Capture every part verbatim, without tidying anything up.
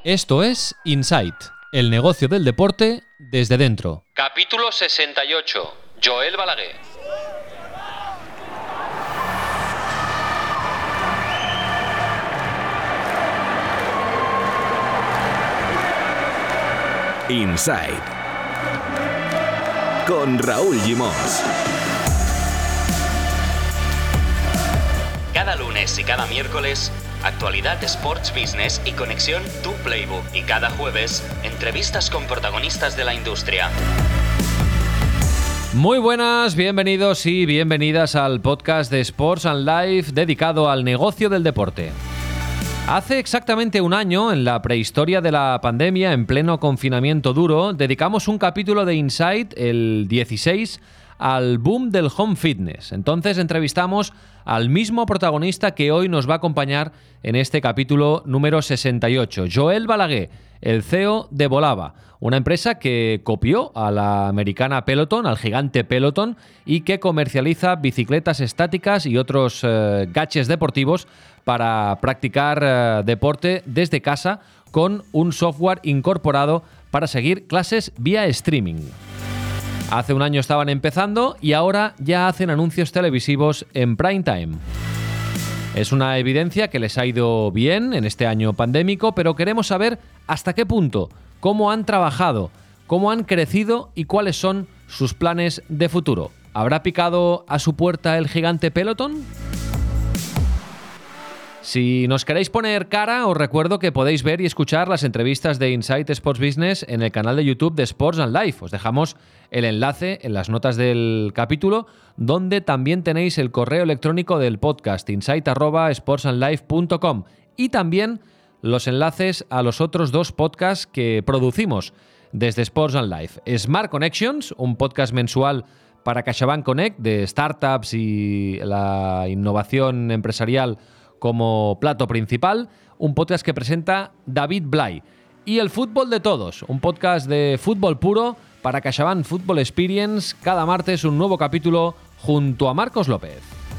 Esto es Insight, el negocio del deporte desde dentro. Capítulo sesenta y ocho. Joel Balaguer. Insight con Raúl Gimós. Cada lunes y cada miércoles, actualidad Sports Business y conexión Tu Playbook. Y cada jueves, entrevistas con protagonistas de la industria. Muy buenas, bienvenidos y bienvenidas al podcast de Sports and Life dedicado al negocio del deporte. Hace exactamente un año, en la prehistoria de la pandemia, en pleno confinamiento duro, dedicamos un capítulo de Insight, el dieciséis, al boom del home fitness. Entonces entrevistamos al mismo protagonista que hoy nos va a acompañar en este capítulo número sesenta y ocho, Joel Balaguer, el C E O de Volava, una empresa que copió a la americana Peloton, al gigante Peloton, y que comercializa bicicletas estáticas y otros eh, gadgets deportivos para practicar eh, deporte desde casa con un software incorporado para seguir clases vía streaming. Hace un año estaban empezando y ahora ya hacen anuncios televisivos en prime time. Es una evidencia que les ha ido bien en este año pandémico, pero queremos saber hasta qué punto, cómo han trabajado, cómo han crecido y cuáles son sus planes de futuro. ¿Habrá picado a su puerta el gigante Peloton? Si nos queréis poner cara, os recuerdo que podéis ver y escuchar las entrevistas de Insight Sports Business en el canal de YouTube de Sports and Life. Os dejamos el enlace en las notas del capítulo, donde también tenéis el correo electrónico del podcast, insight arroba sportsandlife punto com, y también los enlaces a los otros dos podcasts que producimos desde Sports and Life. Smart Connections, un podcast mensual para CaixaBank Connect de startups y la innovación empresarial como plato principal, un podcast que presenta David Blay. Y El Fútbol de Todos, un podcast de fútbol puro para CaixaBank Football Experience, cada martes un nuevo capítulo junto a Marcos López.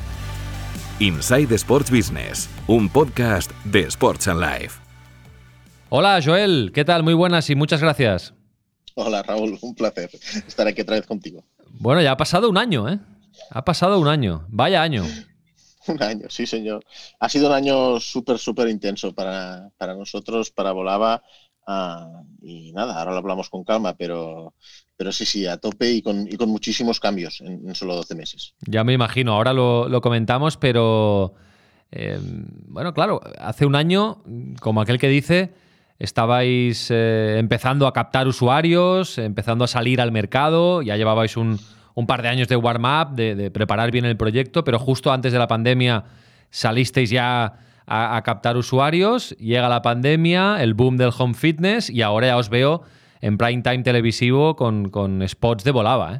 Inside Sports Business, un podcast de Sports and Life. Hola Joel, ¿qué tal? Muy buenas y muchas gracias. Hola Raúl, un placer estar aquí otra vez contigo. Bueno, ya ha pasado un año, ¿eh? Ha pasado un año, vaya año. Un año, sí señor. Ha sido un año súper, súper intenso para, para nosotros, para Volava. Uh, y nada, ahora lo hablamos con calma, pero, pero sí, sí, a tope y con, y con muchísimos cambios en, en solo doce meses. Ya me imagino, ahora lo, lo comentamos, pero eh, bueno, claro, hace un año, como aquel que dice, estabais eh, empezando a captar usuarios, empezando a salir al mercado, ya llevabais un... un par de años de warm-up, de, de preparar bien el proyecto, pero justo antes de la pandemia salisteis ya a, a captar usuarios, llega la pandemia, el boom del home fitness y ahora ya os veo en prime time televisivo con, con spots de Volava, ¿eh?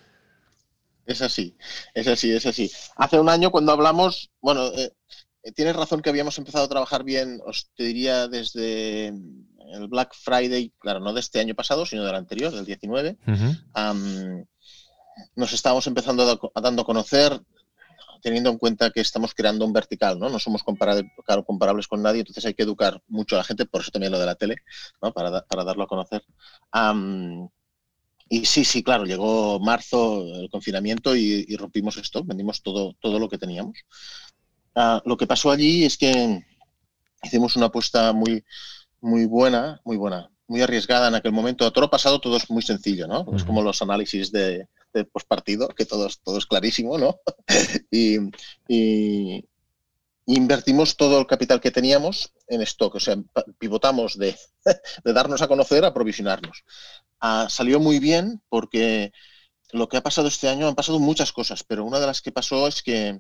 Es así, es así, es así. Hace un año cuando hablamos, bueno, eh, tienes razón que habíamos empezado a trabajar bien, os te diría desde el Black Friday, claro, no de este año pasado, sino del anterior, del diecinueve. Uh-huh. Um, Nos estábamos empezando a dando a conocer, teniendo en cuenta que estamos creando un vertical, ¿no? No somos comparables, comparables con nadie, entonces hay que educar mucho a la gente, por eso también lo de la tele, ¿no? Para, da, para darlo a conocer. Um, y sí, sí, claro, llegó marzo, el confinamiento y, y rompimos esto, vendimos todo, todo lo que teníamos. Uh, lo que pasó allí es que hicimos una apuesta muy, muy buena, muy buena, muy arriesgada en aquel momento. A todo lo pasado todo es muy sencillo, ¿no? Uh-huh. Es como los análisis de de postpartido, que todo es, todo es clarísimo, ¿no? y, y invertimos todo el capital que teníamos en stock, o sea, pivotamos de, de darnos a conocer a provisionarnos. Uh, salió muy bien porque lo que ha pasado este año, han pasado muchas cosas, pero una de las que pasó es que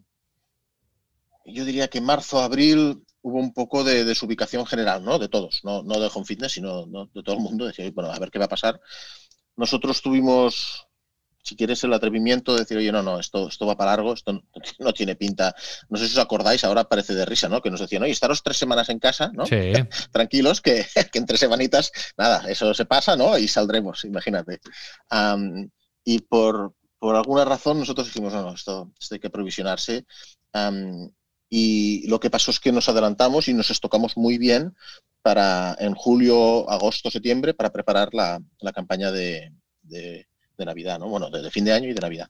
yo diría que en marzo, abril hubo un poco de desubicación general, ¿no? De todos, no, no de home fitness, sino no, de todo el mundo. Decía, bueno, a ver qué va a pasar. Nosotros tuvimos, si quieres, el atrevimiento de decir, oye, no, no, esto, esto va para largo, esto no, no tiene pinta. No sé si os acordáis, ahora parece de risa, ¿no? Que nos decían, oye, estaros tres semanas en casa, ¿no? Sí. Tranquilos, que, que en tres semanitas, nada, eso se pasa, ¿no? Y saldremos, imagínate. Um, y por, por alguna razón nosotros dijimos, no, no, esto, esto hay que provisionarse. Um, y lo que pasó es que nos adelantamos y nos estocamos muy bien para en julio, agosto, septiembre, para preparar la, la campaña de, de, de Navidad, ¿no? Bueno, de, de fin de año y de Navidad.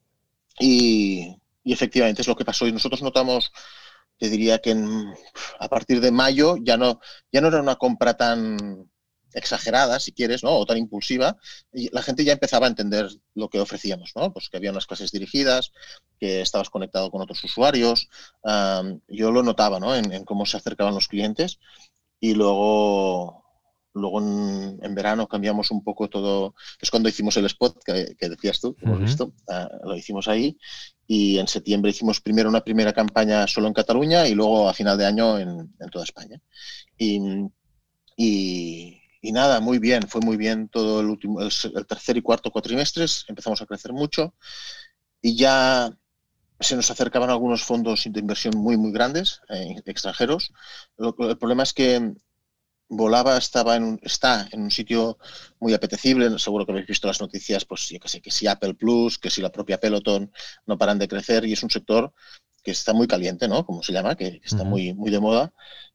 Y, y efectivamente es lo que pasó. Y nosotros notamos, te diría que en, a partir de mayo ya no, ya no era una compra tan exagerada, si quieres, ¿no? O tan impulsiva, y la gente ya empezaba a entender lo que ofrecíamos, ¿no? Pues que había unas clases dirigidas, que estabas conectado con otros usuarios. Um, yo lo notaba, ¿no? En, en cómo se acercaban los clientes. Y luego, luego en, en verano cambiamos un poco todo. Es cuando hicimos el spot que, que decías tú, que hemos uh-huh. visto. Uh, lo hicimos ahí. Y en septiembre hicimos primero una primera campaña solo en Cataluña y luego a final de año en, en toda España. Y, y Y nada, muy bien, fue muy bien todo el último, el, el tercer y cuarto cuatrimestres, empezamos a crecer mucho y ya se nos acercaban algunos fondos de inversión muy, muy grandes, eh, extranjeros. Lo, el problema es que Volava estaba en un, está en un sitio muy apetecible, seguro que habéis visto las noticias, pues yo que sé, que si Apple Plus, que si la propia Peloton no paran de crecer y es un sector que está muy caliente, ¿no? Como se llama, que, que está uh-huh. muy, muy de moda.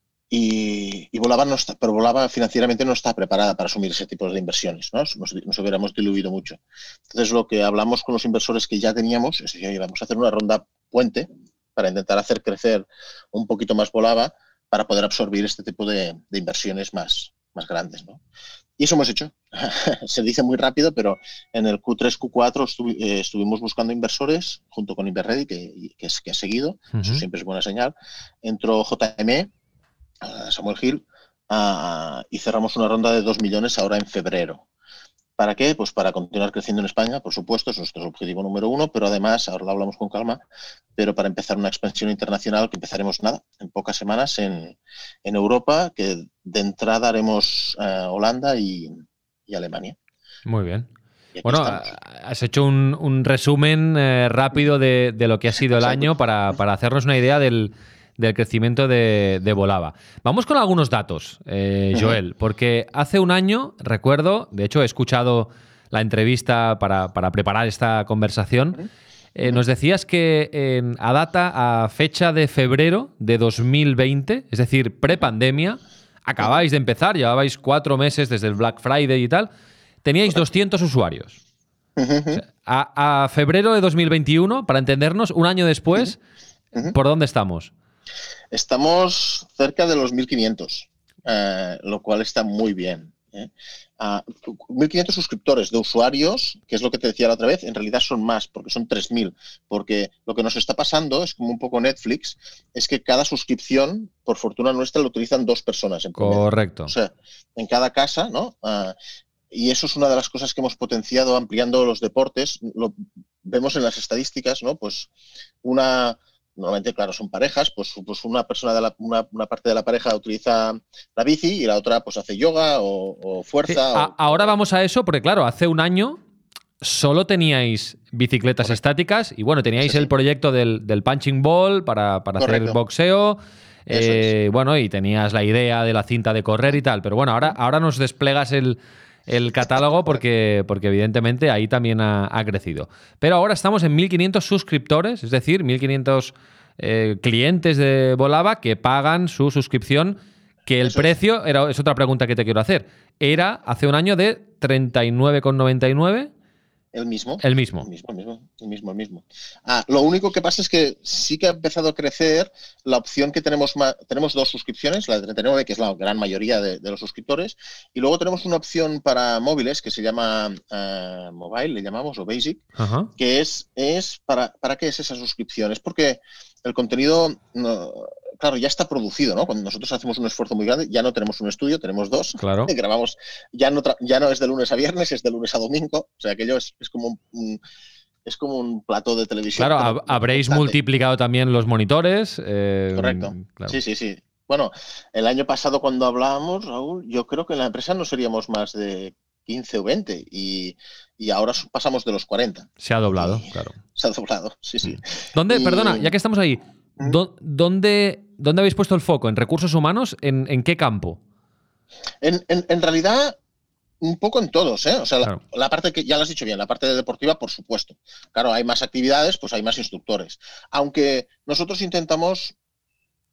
Y, y Volava no está, pero Volava financieramente no está preparada para asumir ese tipo de inversiones, ¿no? Nos, nos hubiéramos diluido mucho. Entonces lo que hablamos con los inversores que ya teníamos es que vamos a hacer una ronda puente para intentar hacer crecer un poquito más Volava para poder absorbir este tipo de, de inversiones más, más grandes, ¿no? Y eso hemos hecho. Se dice muy rápido, pero en el Q tres, Q cuatro estu- eh, estuvimos buscando inversores junto con Inverready, que, que, es, que ha seguido, uh-huh. Eso siempre es buena señal. Entró J M E, Samuel Hill, uh, y cerramos una ronda de dos millones ahora en febrero. ¿Para qué? Pues para continuar creciendo en España, por supuesto, es nuestro objetivo número uno, pero además, ahora lo hablamos con calma, pero para empezar una expansión internacional que empezaremos nada, en pocas semanas en, en Europa, que de entrada haremos uh, Holanda y, y Alemania. Muy bien. Bueno, estamos. Has hecho un, un resumen eh, rápido de, de lo que ha sido el Exacto. año para, para hacernos una idea del del crecimiento de, de Volava. Vamos con algunos datos, eh, Joel, porque hace un año, recuerdo, de hecho he escuchado la entrevista para, para preparar esta conversación, eh, nos decías que en, a data, a fecha de febrero de dos mil veinte, es decir, prepandemia, acabáis de empezar, llevabais cuatro meses desde el Black Friday y tal, teníais doscientos usuarios. O sea, a, a febrero de dos mil veintiuno, para entendernos, un año después, ¿por dónde estamos? Estamos cerca de los mil quinientos, eh, lo cual está muy bien. ¿eh? Uh, mil quinientos suscriptores de usuarios, que es lo que te decía la otra vez, en realidad son más, porque son tres mil. Porque lo que nos está pasando es como un poco Netflix, es que cada suscripción, por fortuna nuestra, lo utilizan dos personas en promedio. Correcto. O sea, en cada casa, ¿no? Uh, y eso es una de las cosas que hemos potenciado ampliando los deportes. Lo vemos en las estadísticas, ¿no? Pues una... Normalmente, claro, son parejas, pues, pues una persona de la, una, una parte de la pareja utiliza la bici y la otra pues hace yoga o, o fuerza. Sí, a, o, ahora vamos a eso, porque claro, hace un año solo teníais bicicletas Correcto. estáticas y bueno, teníais sí, el sí. proyecto del, del punching ball para, para hacer boxeo. Eh, es. Bueno, y tenías la idea de la cinta de correr y tal, pero bueno, ahora, ahora nos desplegas el, el catálogo porque, porque evidentemente ahí también ha, ha crecido. Pero ahora estamos en mil quinientos suscriptores, es decir, mil quinientos eh, clientes de Volava que pagan su suscripción, que el Eso precio, es. Era, es otra pregunta que te quiero hacer, era hace un año de treinta y nueve con noventa y nueve. El mismo. El mismo. El mismo, el mismo, el mismo, el mismo. Ah, lo único que pasa es que sí que ha empezado a crecer la opción que tenemos, ma- tenemos dos suscripciones, la de treinta y nueve, que es la gran mayoría de, de los suscriptores, y luego tenemos una opción para móviles que se llama uh, Mobile, le llamamos, o Basic, uh-huh. que es, es para, ¿para qué es esa suscripción? Es porque el contenido, no, claro, ya está producido, ¿no? Cuando nosotros hacemos un esfuerzo muy grande, ya no tenemos un estudio, tenemos dos. Claro. Grabamos, ya no, tra- ya no es de lunes a viernes, es de lunes a domingo. O sea, aquello es, es como un, es como un plató de televisión. Claro, hab- habréis constante. multiplicado también los monitores. Eh, Correcto. Claro. Sí, sí, sí. Bueno, el año pasado cuando hablábamos, Raúl, yo creo que en la empresa no seríamos más de quince o veinte y, y ahora pasamos de los cuarenta. Se ha doblado, y claro. Se ha doblado, sí, sí. ¿Dónde, y... perdona, ya que estamos ahí, ¿Mm? ¿dónde, ¿dónde habéis puesto el foco? ¿En recursos humanos? ¿En, en qué campo? En, en, en realidad, un poco en todos, ¿eh? O sea, claro. la, la parte que, ya lo has dicho bien, la parte de deportiva, por supuesto. Claro, hay más actividades, pues hay más instructores. Aunque nosotros intentamos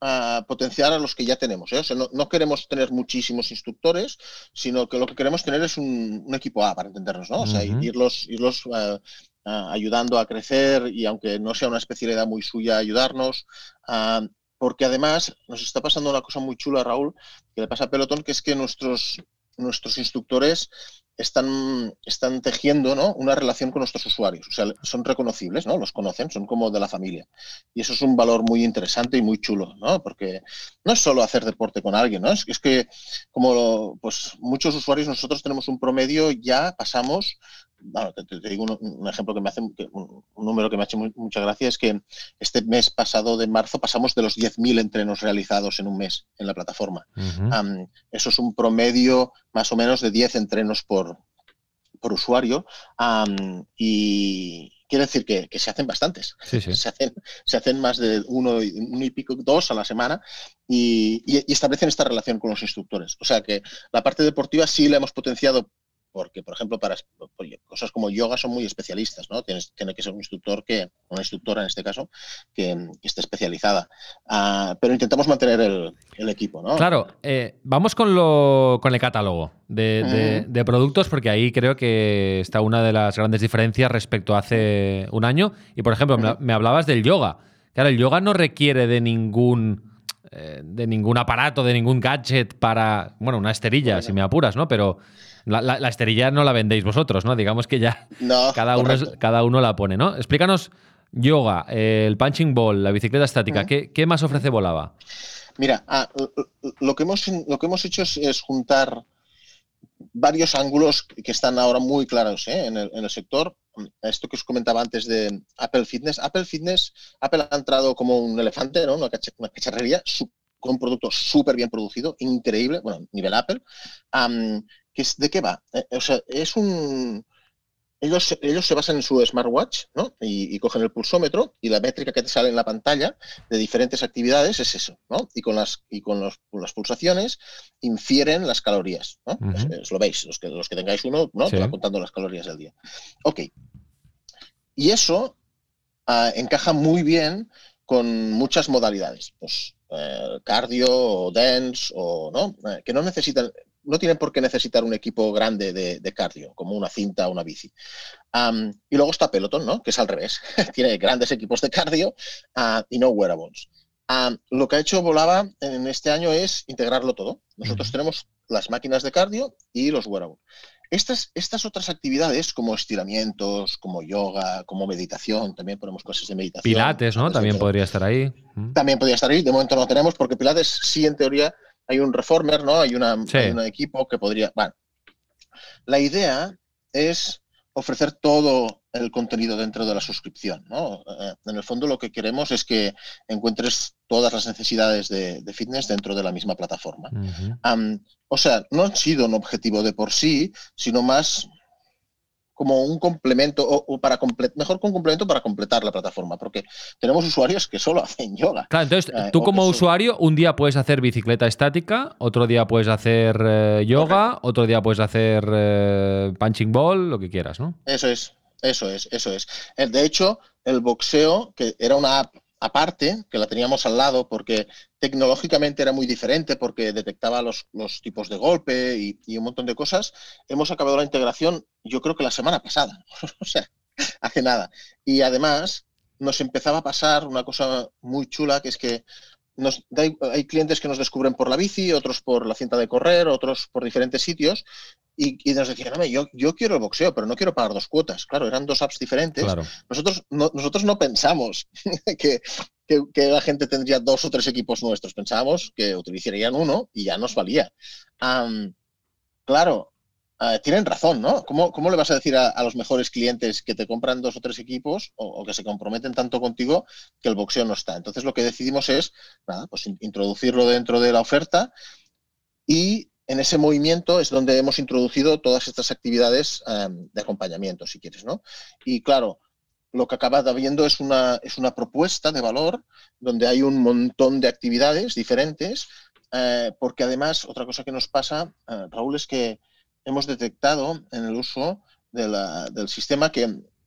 uh, potenciar a los que ya tenemos. ¿eh? O sea, no, no queremos tener muchísimos instructores, sino que lo que queremos tener es un, un equipo A, para entendernos, ¿no? O sea, uh-huh. irlos, irlos uh, uh, ayudando a crecer y aunque no sea una especialidad muy suya, ayudarnos. Uh, porque además nos está pasando una cosa muy chula, Raúl, que le pasa a Peloton, que es que nuestros, nuestros instructores están, están tejiendo, ¿no? una relación con nuestros usuarios. O sea, son reconocibles, ¿no? Los conocen, son como de la familia. Y eso es un valor muy interesante y muy chulo, ¿no? Porque no es solo hacer deporte con alguien, ¿no? Es, es que como pues, muchos usuarios, nosotros tenemos un promedio, ya pasamos... Bueno, te, te digo un, un ejemplo que me hace, un, un número que me ha hecho muy, mucha gracia, es que este mes pasado de marzo pasamos de los diez mil entrenos realizados en un mes en la plataforma. Uh-huh. Um, eso es un promedio más o menos de diez entrenos por, por usuario um, y quiere decir que, que se hacen bastantes. Sí, sí. Se, hacen, se hacen más de uno, uno y pico, dos a la semana y, y, y establecen esta relación con los instructores. O sea que la parte deportiva sí la hemos potenciado porque, por ejemplo, para cosas como yoga son muy especialistas, ¿no? Tienes, tiene que ser un instructor, que, una instructora en este caso, que, que esté especializada. Uh, pero intentamos mantener el, el equipo, ¿no? Claro, eh, vamos con, lo, con el catálogo de, de, de productos, porque ahí creo que está una de las grandes diferencias respecto a hace un año. Y, por ejemplo, uh-huh. me, me hablabas del yoga. Claro, el yoga no requiere de ningún... de ningún aparato, de ningún gadget para... Bueno, una esterilla, bueno. si me apuras, ¿no? Pero la, la, la esterilla no la vendéis vosotros, ¿no? Digamos que ya no, cada, uno es, cada uno la pone, ¿no? Explícanos yoga, el punching ball, la bicicleta estática. Uh-huh. ¿Qué, ¿Qué más ofrece Volava? Mira, ah, lo, que hemos, lo que hemos hecho es, es juntar varios ángulos que están ahora muy claros ¿eh? en, el, en el sector. Esto que os comentaba antes de Apple Fitness. Apple Fitness, Apple ha entrado como un elefante, ¿no? Una, cach- una cacharrería su- con un producto súper bien producido, increíble, bueno, nivel Apple. Um, que es, ¿de qué va? Eh, o sea, es un... Ellos, ellos se basan en su smartwatch, ¿no? Y, y cogen el pulsómetro y la métrica que te sale en la pantalla de diferentes actividades es eso, ¿no? Y con las, y con los, con las pulsaciones infieren las calorías, ¿no? Uh-huh. Os, os lo veis, los que, los que tengáis uno, ¿no? Sí. Te va contando las calorías del día. Ok. Y eso uh, encaja muy bien con muchas modalidades, pues eh, cardio o dance o, ¿no? Eh, que no necesitan... no tienen por qué necesitar un equipo grande de, de cardio, como una cinta o una bici. Um, y luego está Peloton, ¿no? Que es al revés. Tiene grandes equipos de cardio uh, y no wearables. Um, lo que ha hecho Volava en este año es integrarlo todo. Nosotros uh-huh. tenemos las máquinas de cardio y los wearables. Estas, estas otras actividades, como estiramientos, como yoga, como meditación, también ponemos cosas de meditación. Pilates, ¿no? También podría estar ahí. También podría estar ahí. De momento no tenemos, porque Pilates sí, en teoría, hay un reformer, ¿no? Hay, una, sí. hay un equipo que podría... Bueno, la idea es ofrecer todo el contenido dentro de la suscripción, ¿no? Eh, en el fondo lo que queremos es que encuentres todas las necesidades de, de fitness dentro de la misma plataforma. Uh-huh. Um, o sea, no ha sido un objetivo de por sí, sino más como un complemento, o, o para comple- mejor que un complemento para completar la plataforma, porque tenemos usuarios que solo hacen yoga. Claro, entonces eh, tú como usuario, un día puedes hacer bicicleta estática, otro día puedes hacer eh, yoga, Correcto. Otro día puedes hacer eh, punching ball, lo que quieras, ¿no? Eso es, eso es, eso es. De hecho, el boxeo, que era una app aparte, que la teníamos al lado porque tecnológicamente era muy diferente, porque detectaba los, los tipos de golpe y, y un montón de cosas, hemos acabado la integración yo creo que la semana pasada, o sea, hace nada. Y además nos empezaba a pasar una cosa muy chula, que es que nos, hay, hay clientes que nos descubren por la bici, otros por la cinta de correr, otros por diferentes sitios, y, y nos decían, no, yo, yo quiero el boxeo, pero no quiero pagar dos cuotas. Claro, eran dos apps diferentes. Claro. Nosotros, no, nosotros no pensamos que, que, que la gente tendría dos o tres equipos nuestros. Pensábamos que utilizarían uno y ya nos valía. Um, claro, Uh, tienen razón, ¿no? ¿Cómo, cómo le vas a decir a, a los mejores clientes que te compran dos o tres equipos o, o que se comprometen tanto contigo que el boxeo no está? Entonces lo que decidimos es, nada, pues in- introducirlo dentro de la oferta, y en ese movimiento es donde hemos introducido todas estas actividades um, de acompañamiento, si quieres, ¿no? Y claro, lo que acaba habiendo es una, es una propuesta de valor donde hay un montón de actividades diferentes, uh, porque además otra cosa que nos pasa, uh, Raúl, es que hemos detectado en el uso de la, del sistema que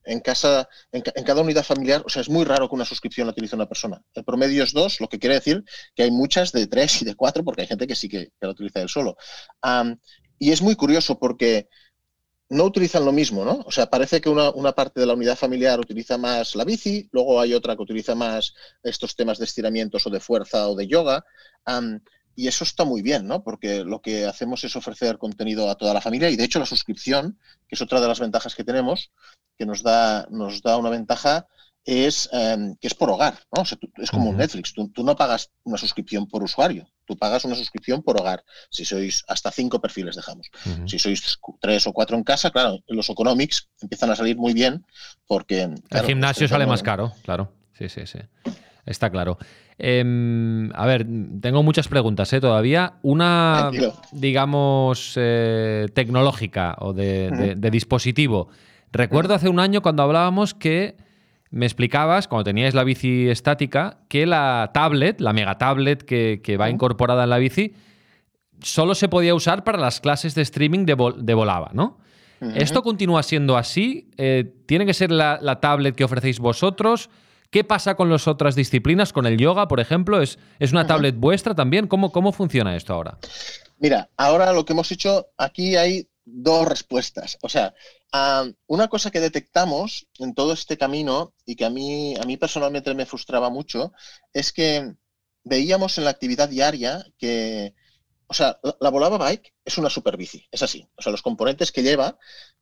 en casa, en, en cada unidad familiar, o sea, es muy raro que una suscripción la utilice una persona. El promedio es dos, lo que quiere decir que hay muchas de tres y de cuatro, porque hay gente que sí que, que la utiliza él solo. Um, y es muy curioso porque no utilizan lo mismo, ¿no? O sea, parece que una, una parte de la unidad familiar utiliza más la bici, luego hay otra que utiliza más estos temas de estiramientos o de fuerza o de yoga. Um, Y eso está muy bien, ¿no? Porque lo que hacemos es ofrecer contenido a toda la familia y, de hecho, la suscripción, que es otra de las ventajas que tenemos, que nos da, nos da una ventaja, es eh, que es por hogar, ¿no? O sea, tú, es como uh-huh. un Netflix. Tú, tú no pagas una suscripción por usuario, tú pagas una suscripción por hogar. Si sois hasta cinco perfiles, dejamos. Uh-huh. Si sois tres o cuatro en casa, claro, los economics empiezan a salir muy bien porque... Claro, el gimnasio sale más caro, claro. Sí, sí, sí. Está claro. Eh, a ver, tengo muchas preguntas ¿eh? todavía. Una, Tranquilo. digamos, eh, tecnológica o de, uh-huh. de, de dispositivo. Recuerdo uh-huh. hace un año cuando hablábamos que me explicabas, cuando teníais la bici estática, que la tablet, la mega tablet que, que va uh-huh. incorporada en la bici, solo se podía usar para las clases de streaming de, vol- de Volava, ¿no? Uh-huh. ¿Esto continúa siendo así? Eh, ¿Tiene que ser la, la tablet que ofrecéis vosotros? ¿Qué pasa con las otras disciplinas? ¿Con el yoga, por ejemplo? ¿Es, es una uh-huh. tablet vuestra también? ¿Cómo, ¿Cómo funciona esto ahora? Mira, ahora lo que hemos hecho, aquí hay dos respuestas. O sea, um, una cosa que detectamos en todo este camino y que a mí, a mí personalmente me frustraba mucho es que veíamos en la actividad diaria que, o sea, la, la Volava Bike es una super bici, es así. O sea, los componentes que lleva...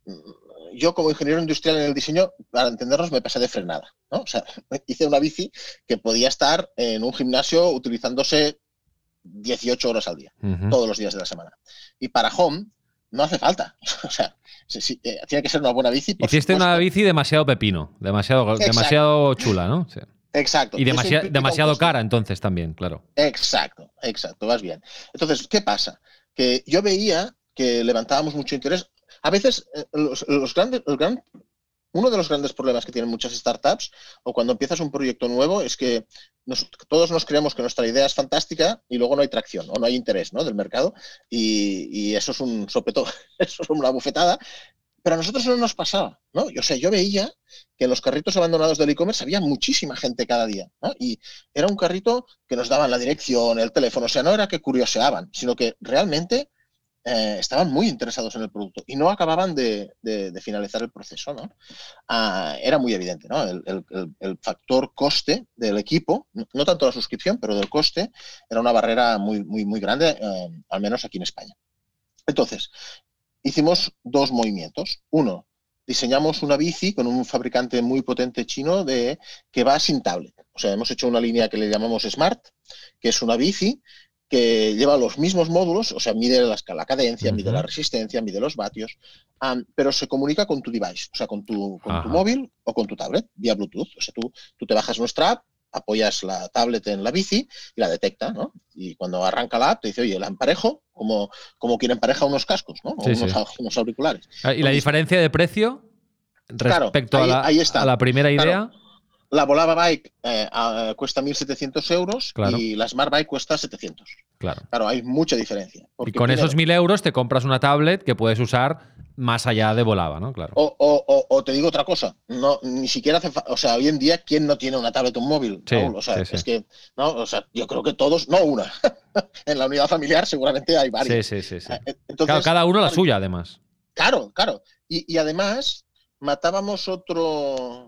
Yo, como ingeniero industrial en el diseño, para entendernos, me pasé de frenada, ¿no? O sea, hice una bici que podía estar en un gimnasio utilizándose dieciocho horas al día, uh-huh. todos los días de la semana. Y para home no hace falta. O sea, sí, sí, eh, tiene que ser una buena bici. Por Hiciste supuesto. Una bici demasiado pepino, demasiado, demasiado chula, ¿no? Sí. Exacto. Y demasi- demasiado cara, entonces, también, claro. Exacto, exacto, vas bien. Entonces, ¿qué pasa? Que yo veía que levantábamos mucho interés. A veces, los, los grandes, el gran, uno de los grandes problemas que tienen muchas startups o cuando empiezas un proyecto nuevo es que nos, todos nos creemos que nuestra idea es fantástica y luego no hay tracción o no hay interés, ¿no? del mercado y, y eso es un sopetón, eso es una bufetada. Pero a nosotros no nos pasaba, ¿no? O sea, yo veía que en los carritos abandonados del e-commerce había muchísima gente cada día, ¿no? Y era un carrito que nos daban la dirección, el teléfono, o sea, no era que curioseaban, sino que realmente... Eh, estaban muy interesados en el producto y no acababan de, de, de finalizar el proceso, ¿no? Ah, era muy evidente, ¿no? El, el, el factor coste del equipo, no, no tanto la suscripción, pero del coste, era una barrera muy, muy, muy grande, eh, al menos aquí en España. Entonces, hicimos dos movimientos. Uno, diseñamos una bici con un fabricante muy potente chino de, que va sin tablet. O sea, hemos hecho una línea que le llamamos Smart, que es una bici que lleva los mismos módulos, o sea, mide la, la cadencia, uh-huh. mide la resistencia, mide los vatios, um, pero se comunica con tu device, o sea, con tu, con tu móvil o con tu tablet, vía Bluetooth. O sea, tú, tú te bajas nuestra app, apoyas la tablet en la bici y la detecta, ¿no? Y cuando arranca la app te dice, oye, la emparejo como, como quien empareja unos cascos, ¿no? O sí, unos, sí. unos auriculares. ¿Y la Entonces, diferencia de precio respecto claro, ahí, a, la, ahí está. a la primera idea? Claro. La Volava Bike eh, uh, cuesta mil setecientos euros claro. y la Smart Bike cuesta setecientos. Claro. Claro, hay mucha diferencia. Y con primero, esos mil euros te compras una tablet que puedes usar más allá de Volava, ¿no? Claro. O, o, o, o te digo otra cosa, no, ni siquiera hace fa- o sea, hoy en día, ¿quién no tiene una tablet o un móvil? Sí, Raúl? O sea, sí, sí. es que, no, o sea, yo creo que todos, no una. En la unidad familiar seguramente hay varias. Sí, sí, sí. sí. Entonces, claro, cada uno la suya, además. Claro, claro. Y, y además, matábamos otro...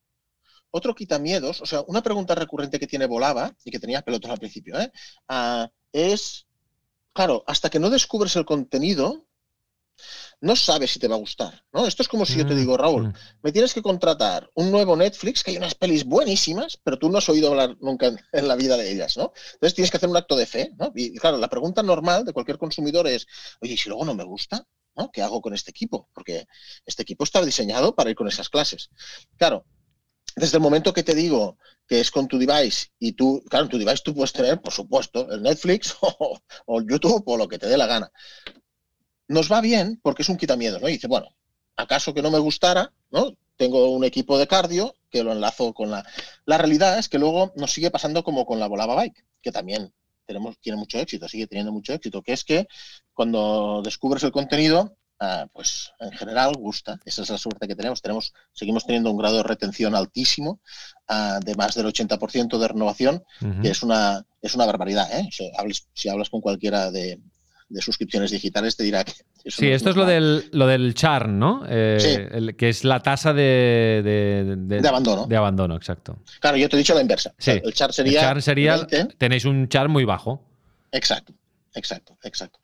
Otro quitamiedos, o sea, una pregunta recurrente que tiene Volava, y que tenía pelotón al principio, ¿eh? Uh, es, claro, hasta que no descubres el contenido, no sabes si te va a gustar, ¿no? Esto es como si mm, yo te digo, Raúl, mm. me tienes que contratar un nuevo Netflix, que hay unas pelis buenísimas, pero tú no has oído hablar nunca en, en la vida de ellas, ¿no? Entonces tienes que hacer un acto de fe, ¿no? Y claro, la pregunta normal de cualquier consumidor es, oye, ¿y si luego no me gusta? ¿No? ¿Qué hago con este equipo? Porque este equipo está diseñado para ir con esas clases. Claro, desde el momento que te digo que es con tu device y tú, claro, en tu device tú puedes tener, por supuesto, el Netflix o, o el YouTube o lo que te dé la gana. Nos va bien porque es un quitamiedos, ¿no? Y dice, bueno, ¿acaso que no me gustara? ¿No? Tengo un equipo de cardio que lo enlazo con la... La realidad es que luego nos sigue pasando como con la Volava Bike, que también tenemos, tiene mucho éxito, sigue teniendo mucho éxito, que es que cuando descubres el contenido uh, pues en general gusta. Esa es la suerte que tenemos. tenemos seguimos teniendo un grado de retención altísimo, uh, de más del ochenta por ciento de renovación, uh-huh. que es una, es una barbaridad, ¿eh? Si hablas, si hablas con cualquiera de, de suscripciones digitales te dirá que... Eso sí, no esto es, es lo del, lo del churn, ¿no? Eh, sí. el, que es la tasa de, de, de, de abandono. De abandono, exacto. Claro, yo te he dicho la inversa. Sí. O sea, el churn sería... El churn sería veinte. Tenéis un churn muy bajo. Exacto. Exacto, exacto.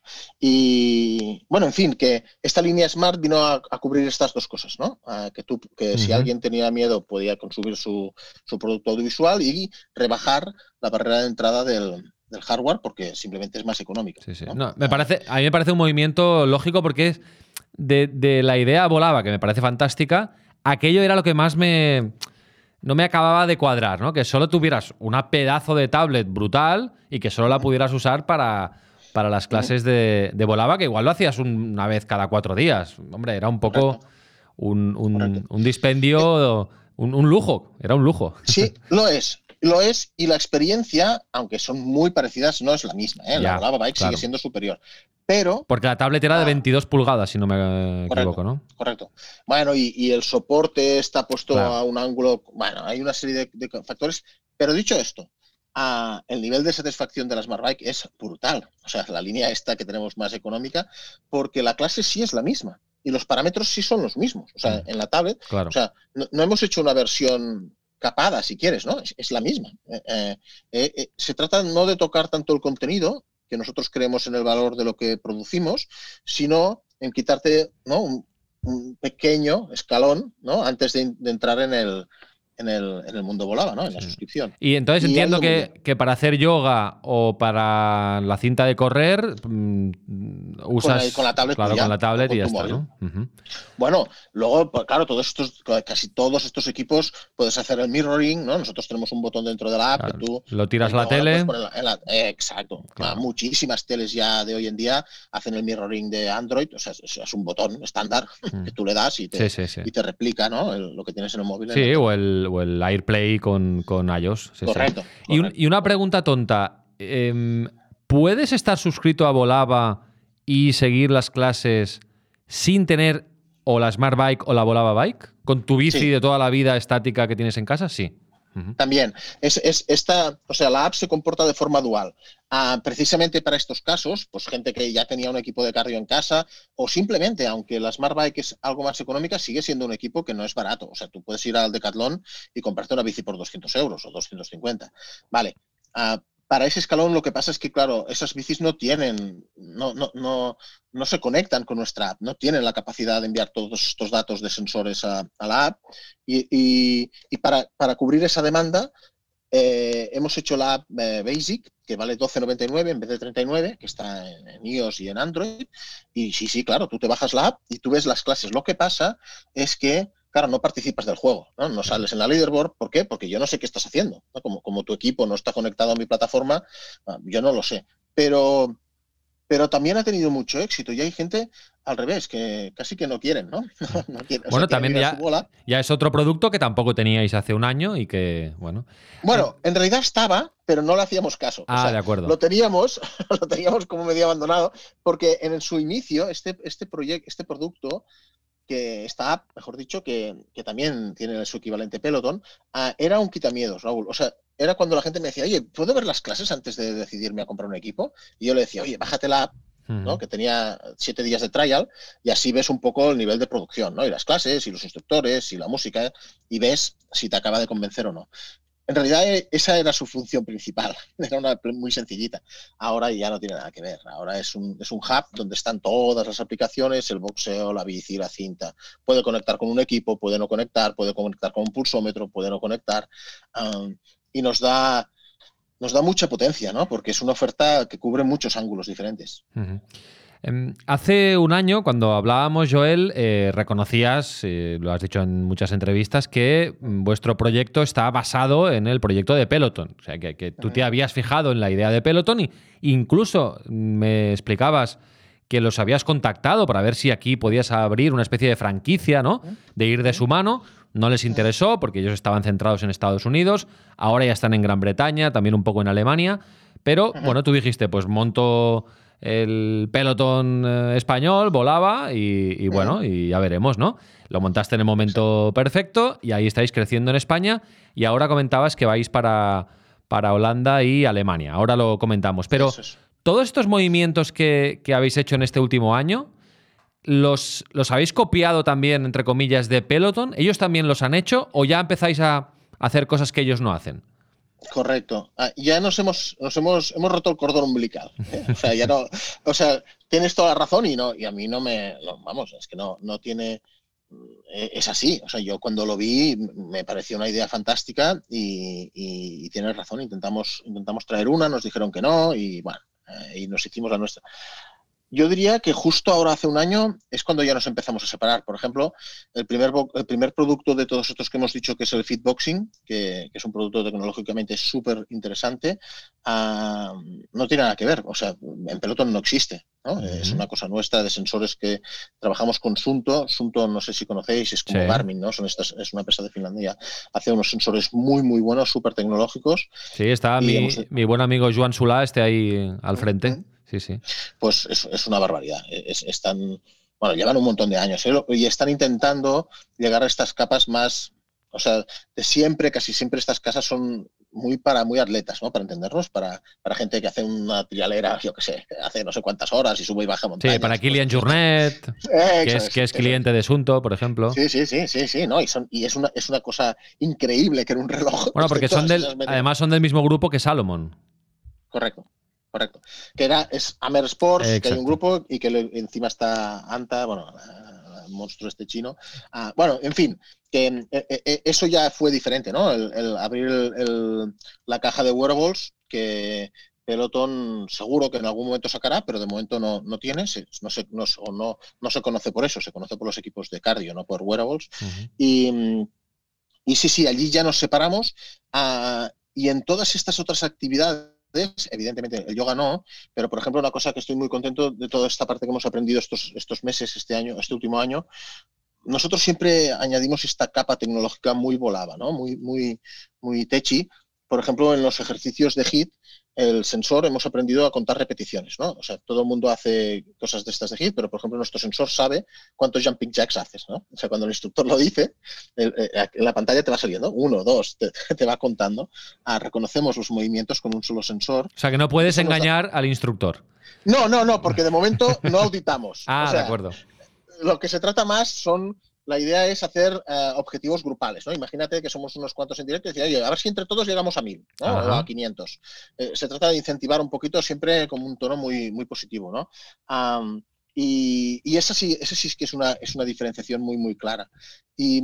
Y bueno, en fin, que esta línea Smart vino a, a cubrir estas dos cosas, ¿no? A que tú, que uh-huh. si alguien tenía miedo podía consumir su, su producto audiovisual y rebajar la barrera de entrada del, del hardware porque simplemente es más económico. Sí, sí. ¿no? No, me parece, a mí me parece un movimiento lógico porque es de, de la idea volaba, que me parece fantástica, aquello era lo que más me... no me acababa de cuadrar, ¿no? Que solo tuvieras una pedazo de tablet brutal y que solo la pudieras usar para... para las clases de, de Volava, que igual lo hacías una vez cada cuatro días. Hombre, era un poco un, un, un dispendio, un, un lujo, era un lujo. Sí, lo es, lo es, y la experiencia, aunque son muy parecidas, no es la misma, ¿eh? La ya, Volava Bike claro. sigue siendo superior. Pero... Porque la tablet era de veintidós pulgadas, si no me correcto, equivoco, ¿no? Correcto. Bueno, y, y el soporte está puesto claro. a un ángulo... Bueno, hay una serie de, de factores, pero dicho esto, Uh, el nivel de satisfacción de la Smart Bike es brutal. O sea, la línea esta que tenemos más económica, porque la clase sí es la misma y los parámetros sí son los mismos. O sea, mm. en la tablet, claro. o sea, no, no hemos hecho una versión capada, si quieres, ¿no? Es, es la misma. Eh, eh, eh, se trata no de tocar tanto el contenido, que nosotros creemos en el valor de lo que producimos, sino en quitarte, ¿no? un, un pequeño escalón, ¿no? Antes de, de entrar en el... En el, en el mundo Volava, ¿no? En la sí. suscripción. Y entonces y entiendo que, que para hacer yoga o para la cinta de correr mmm, usas... Con la, con la tablet, claro, ya, con la tablet con y ya está, móvil. ¿No? Uh-huh. Bueno, luego, pues, claro, todos estos, casi todos estos equipos puedes hacer el mirroring, ¿no? Nosotros tenemos un botón dentro de la app claro. que tú... Lo tiras a la tele. En la, en la, eh, exacto. Claro. Muchísimas teles ya de hoy en día hacen el mirroring de Android, o sea, es, es un botón estándar mm. que tú le das y te, sí, sí, sí. Y te replica, ¿no? El, lo que tienes en el móvil. Sí, en o el, o el AirPlay con, con iOS. Sí, correcto, sí. correcto. Y, un, y una pregunta tonta. Eh, ¿Puedes estar suscrito a Volava y seguir las clases sin tener o la Smart Bike o la Volava Bike? ¿Con tu bici sí. de toda la vida estática que tienes en casa? Sí. Uh-huh. También. Es, es esta, o sea, la app se comporta de forma dual. Uh, precisamente para estos casos, pues gente que ya tenía un equipo de cardio en casa o simplemente, aunque la Smart Bike es algo más económica, sigue siendo un equipo que no es barato. O sea, tú puedes ir al Decathlon y comprarte una bici por doscientos euros o doscientos cincuenta. Vale. Uh, para ese escalón lo que pasa es que, claro, esas bicis no tienen, no, no, no, no se conectan con nuestra app, no tienen la capacidad de enviar todos estos datos de sensores a, a la app y, y, y para, para cubrir esa demanda eh, hemos hecho la app eh, Basic, que vale doce noventa y nueve en vez de treinta y nueve, que está en, en iOS y en Android. Y sí, sí, claro, tú te bajas la app y tú ves las clases. Lo que pasa es que claro, no participas del juego, ¿no? No sales en la leaderboard. ¿Por qué? Porque yo no sé qué estás haciendo, ¿no? Como, como tu equipo no está conectado a mi plataforma, yo no lo sé. Pero, pero también ha tenido mucho éxito y hay gente al revés, que casi que no quieren, ¿no? no quieren, bueno, o sea, también ya, ya es otro producto que tampoco teníais hace un año y que, bueno... Bueno, en realidad estaba, pero no le hacíamos caso. Ah, o sea, de acuerdo. Lo teníamos, lo teníamos como medio abandonado, porque en su inicio este, este proyecto, este producto... que esta app, mejor dicho, que, que también tiene su equivalente Peloton, uh, era un quitamiedos, Raúl. O sea, era cuando la gente me decía, oye, ¿puedo ver las clases antes de decidirme a comprar un equipo? Y yo le decía, oye, bájate la app, uh-huh. ¿no? Que tenía siete días de trial, y así ves un poco el nivel de producción, ¿no? Y las clases, y los instructores, y la música, y ves si te acaba de convencer o no. En realidad esa era su función principal, era una muy sencillita. Ahora ya no tiene nada que ver, ahora es un, es un hub donde están todas las aplicaciones, el boxeo, la bici, la cinta. Puede conectar con un equipo, puede no conectar, puede conectar con un pulsómetro, puede no conectar. Um, y nos da, nos da mucha potencia, ¿no? Porque es una oferta que cubre muchos ángulos diferentes. Uh-huh. Hace un año, cuando hablábamos, Joel, eh, reconocías, eh, lo has dicho en muchas entrevistas, que vuestro proyecto está basado en el proyecto de Peloton. O sea, que, que tú te habías fijado en la idea de Peloton e incluso me explicabas que los habías contactado para ver si aquí podías abrir una especie de franquicia, ¿no? De ir de su mano. No les interesó porque ellos estaban centrados en Estados Unidos. Ahora ya están en Gran Bretaña, también un poco en Alemania. Pero, bueno, tú dijiste, pues monto... el pelotón eh, español, volaba y, y bueno, uh-huh. y ya veremos, ¿no? Lo montaste en el momento perfecto y ahí estáis creciendo en España y ahora comentabas que vais para, para Holanda y Alemania. Ahora lo comentamos. Pero es. todos estos movimientos que, que habéis hecho en este último año, ¿los, ¿los habéis copiado también, entre comillas, de Peloton? ¿Ellos también los han hecho o ya empezáis a hacer cosas que ellos no hacen? Correcto. Ah, ya nos hemos, nos hemos, hemos roto el cordón umbilical. ¿eh? O sea, ya no, o sea, tienes toda la razón y no, y a mí no me, no, vamos, es que no, no tiene, es así. O sea, yo cuando lo vi me pareció una idea fantástica y, y, y tienes razón. Intentamos, intentamos traer una, nos dijeron que no y bueno, eh, y nos hicimos la nuestra. Yo diría que justo ahora hace un año es cuando ya nos empezamos a separar. Por ejemplo, el primer, el primer producto de todos estos que hemos dicho, que es el Fitboxing, que, que es un producto tecnológicamente súper interesante, uh, no tiene nada que ver. O sea, en Peloton no existe, ¿no? Uh-huh. Es una cosa nuestra de sensores que trabajamos con Sunto. Sunto, no sé si conocéis, es como sí. Garmin, ¿no? Son estas, es una empresa de Finlandia. Hace unos sensores muy, muy buenos, súper tecnológicos. Sí, está mi, hemos... mi buen amigo Joan Solà, este ahí al frente. Uh-huh. Sí, sí. Pues es, es una barbaridad. Es, están, bueno, llevan un montón de años, ¿eh? Y están intentando llegar a estas capas más, o sea, de siempre, casi siempre estas casas son muy para muy atletas, ¿no? Para entendernos, para, para gente que hace una trialera, yo qué sé, hace no sé cuántas horas y sube y baja montañas. Sí, para Kilian pues, Jornet, eh, que es, que es cliente de Sunto, por ejemplo. Sí, sí, sí, sí, sí, ¿no? Y, son, y es, una, es una cosa increíble que en un reloj... Bueno, porque son del, además son del mismo grupo que Salomon. Correcto. Correcto. Que era, es Amer Sports, eh, que hay un grupo y que le, encima está Anta, bueno, el monstruo este chino. Ah, bueno, en fin, que eh, eh, eso ya fue diferente, ¿no? El, el abrir el, el, la caja de wearables, que Peloton seguro que en algún momento sacará, pero de momento no, no tiene, se, no, se, no, o no, no se conoce por eso, se conoce por los equipos de cardio, no por wearables. Uh-huh. Y, y sí, sí, allí ya nos separamos ah, y en todas estas otras actividades, evidentemente el yoga no, pero por ejemplo una cosa que estoy muy contento de toda esta parte que hemos aprendido estos, estos meses, este año, este último año, nosotros siempre añadimos esta capa tecnológica muy volada, ¿no? Muy, muy, muy techy. Por ejemplo, en los ejercicios de H I I T, el sensor hemos aprendido a contar repeticiones, ¿no? O sea, todo el mundo hace cosas de estas de H I I T, pero por ejemplo nuestro sensor sabe cuántos jumping jacks haces, ¿no? O sea, cuando el instructor lo dice, el, eh, en la pantalla te va saliendo uno, dos, te, te va contando. Ah, reconocemos los movimientos con un solo sensor. O sea, que no puedes engañar da... al instructor. No, no, no, porque de momento no auditamos. Ah, o sea, de acuerdo. Lo que se trata más son... La idea es hacer uh, objetivos grupales, ¿no? Imagínate que somos unos cuantos en directo y decir, oye, a ver si entre todos llegamos a mil, ¿no? O a quinientos. Eh, se trata de incentivar un poquito siempre con un tono muy, muy positivo, ¿no? Um, y y esa, sí, esa sí que es una, es una diferenciación muy, muy clara. Y,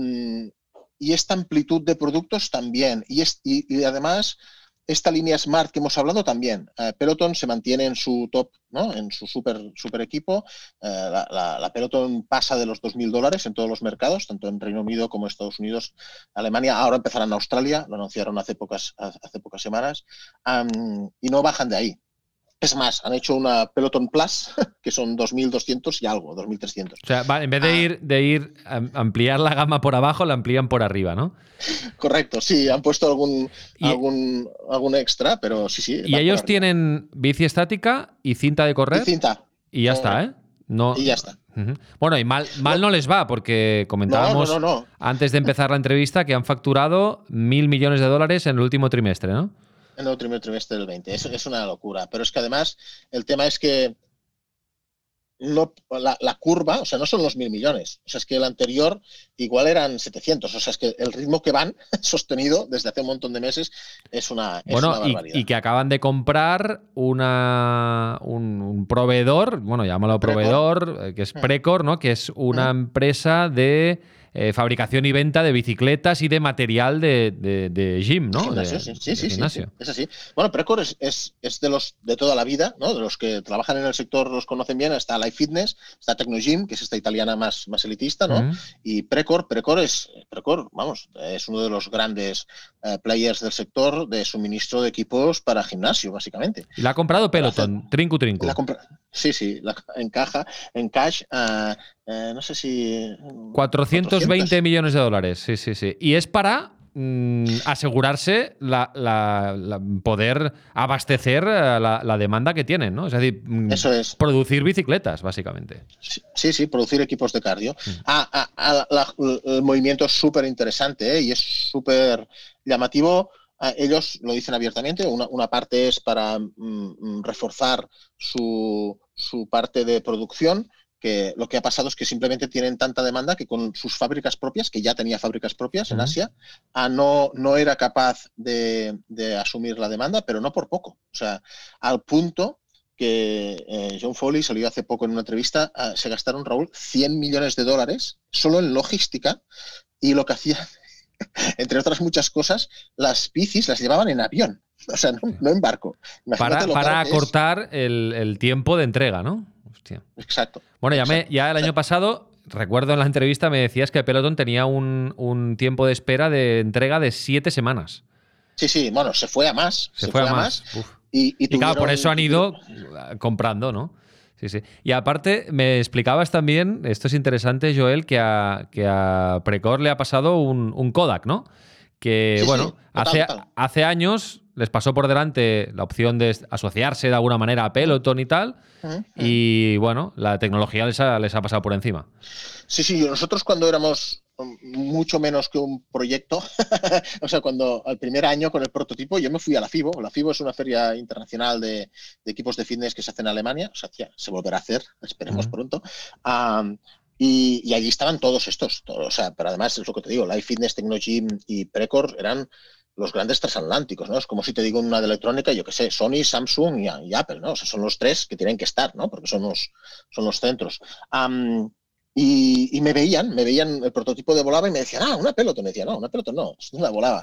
y esta amplitud de productos también. Y, es, y, y además... Esta línea Smart que hemos hablado también. Eh, Peloton se mantiene en su top, ¿no? En su super, super equipo. Eh, la, la, la Peloton pasa de los dos mil dólares en todos los mercados, tanto en Reino Unido como Estados Unidos, Alemania. Ahora empezarán en Australia, lo anunciaron hace pocas, hace pocas semanas. Um, y no bajan de ahí. Es más, han hecho una Peloton Plus, que son dos mil doscientos y algo, dos mil trescientos. O sea, en vez de, ah. ir, de ir a ampliar la gama por abajo, la amplían por arriba, ¿no? Correcto, sí, han puesto algún, y, algún, algún extra, pero sí, sí. Y ellos tienen bici estática y cinta de correr. Y cinta. Y ya eh, está, ¿eh? No, y ya está. Uh-huh. Bueno, y mal, mal no. no les va, porque comentábamos no, no, no, no. antes de empezar la entrevista que han facturado mil millones de dólares en el último trimestre, ¿no? En el último trimestre del veinte. Es, es una locura. Pero es que además el tema es que no, la, la curva, o sea, no son los mil millones. O sea, es que el anterior igual eran setecientos. O sea, es que el ritmo que van sostenido desde hace un montón de meses es una, es bueno, una barbaridad. Y, y que acaban de comprar una, un, un proveedor, bueno, llámalo proveedor, Precor. que es Precor, ¿no? Que es una ¿Eh? empresa de... Eh, fabricación y venta de bicicletas y de material de, de, de gym, ¿no? Gimnasio, de, sí, sí, de sí, gimnasio. sí, es así. Bueno, Precor es, es, es de los de toda la vida, ¿no? De los que trabajan en el sector los conocen bien. Está Life Fitness, está Tecnogym, que es esta italiana más, más elitista, ¿no? Uh-huh. Y Precor, Precor es, Precor, vamos, es uno de los grandes uh, players del sector de suministro de equipos para gimnasio, básicamente. Y la ha comprado Peloton, hacer, trincu trincu. La compra, sí, sí, la, en caja, en cash, uh, uh, no sé si... cuatrocientos veinte millones de dólares, sí, sí, sí. Y es para mmm, asegurarse la, la, la poder abastecer la, la demanda que tienen, ¿no? Es decir, mmm, Eso es. producir bicicletas, básicamente. Sí, sí, producir equipos de cardio. Mm. Ah, ah, ah, la, el movimiento es súper interesante, ¿eh? Y es súper llamativo. Ah, ellos lo dicen abiertamente. Una, una parte es para mm, reforzar su, su parte de producción, que lo que ha pasado es que simplemente tienen tanta demanda que con sus fábricas propias, que ya tenía fábricas propias en uh-huh. Asia, ah, no, no era capaz de, de asumir la demanda, pero no por poco. O sea, al punto que eh, John Foley salió hace poco en una entrevista, uh, se gastaron, Raúl, cien millones de dólares solo en logística, y lo que hacían, entre otras muchas cosas, las bicis las llevaban en avión, o sea, no, no en barco. Imagínate para para acortar el, el tiempo de entrega, ¿no? Hostia. Exacto. Bueno, ya, exacto. Me, ya el año pasado, recuerdo en la entrevista, me decías que Peloton tenía un, un tiempo de espera de entrega de siete semanas. Sí, sí, bueno, se fue a más. Se, se fue, fue a más. más. Y, y, y claro, por eso han ido comprando, ¿no? Sí, sí. Y aparte, me explicabas también, esto es interesante, Joel, que a, que a Precor le ha pasado un, un Kodak, ¿no? Que, sí, bueno, sí, total, hace, total. hace años les pasó por delante la opción de asociarse de alguna manera a Peloton y tal, uh-huh. y, bueno, la tecnología les ha, les ha pasado por encima. Sí, sí, nosotros cuando éramos mucho menos que un proyecto, o sea, cuando al primer año con el prototipo yo me fui a la FIBO. La FIBO es una feria internacional de, de equipos de fitness que se hace en Alemania, o sea, ya se volverá a hacer, esperemos uh-huh. pronto. Um, y, y allí estaban todos estos, todos, o sea, pero además es lo que te digo, Life Fitness, Technogym y Precor eran los grandes transatlánticos, ¿no? Es como si te digo una de electrónica, yo qué sé, Sony, Samsung y, y Apple, ¿no? O sea, son los tres que tienen que estar, ¿no? Porque son los, son los centros. Um, Y, y me veían, me veían el prototipo de volaba y me decían, ah, una Peloton. Me decía, no, una Peloton no, es una volaba.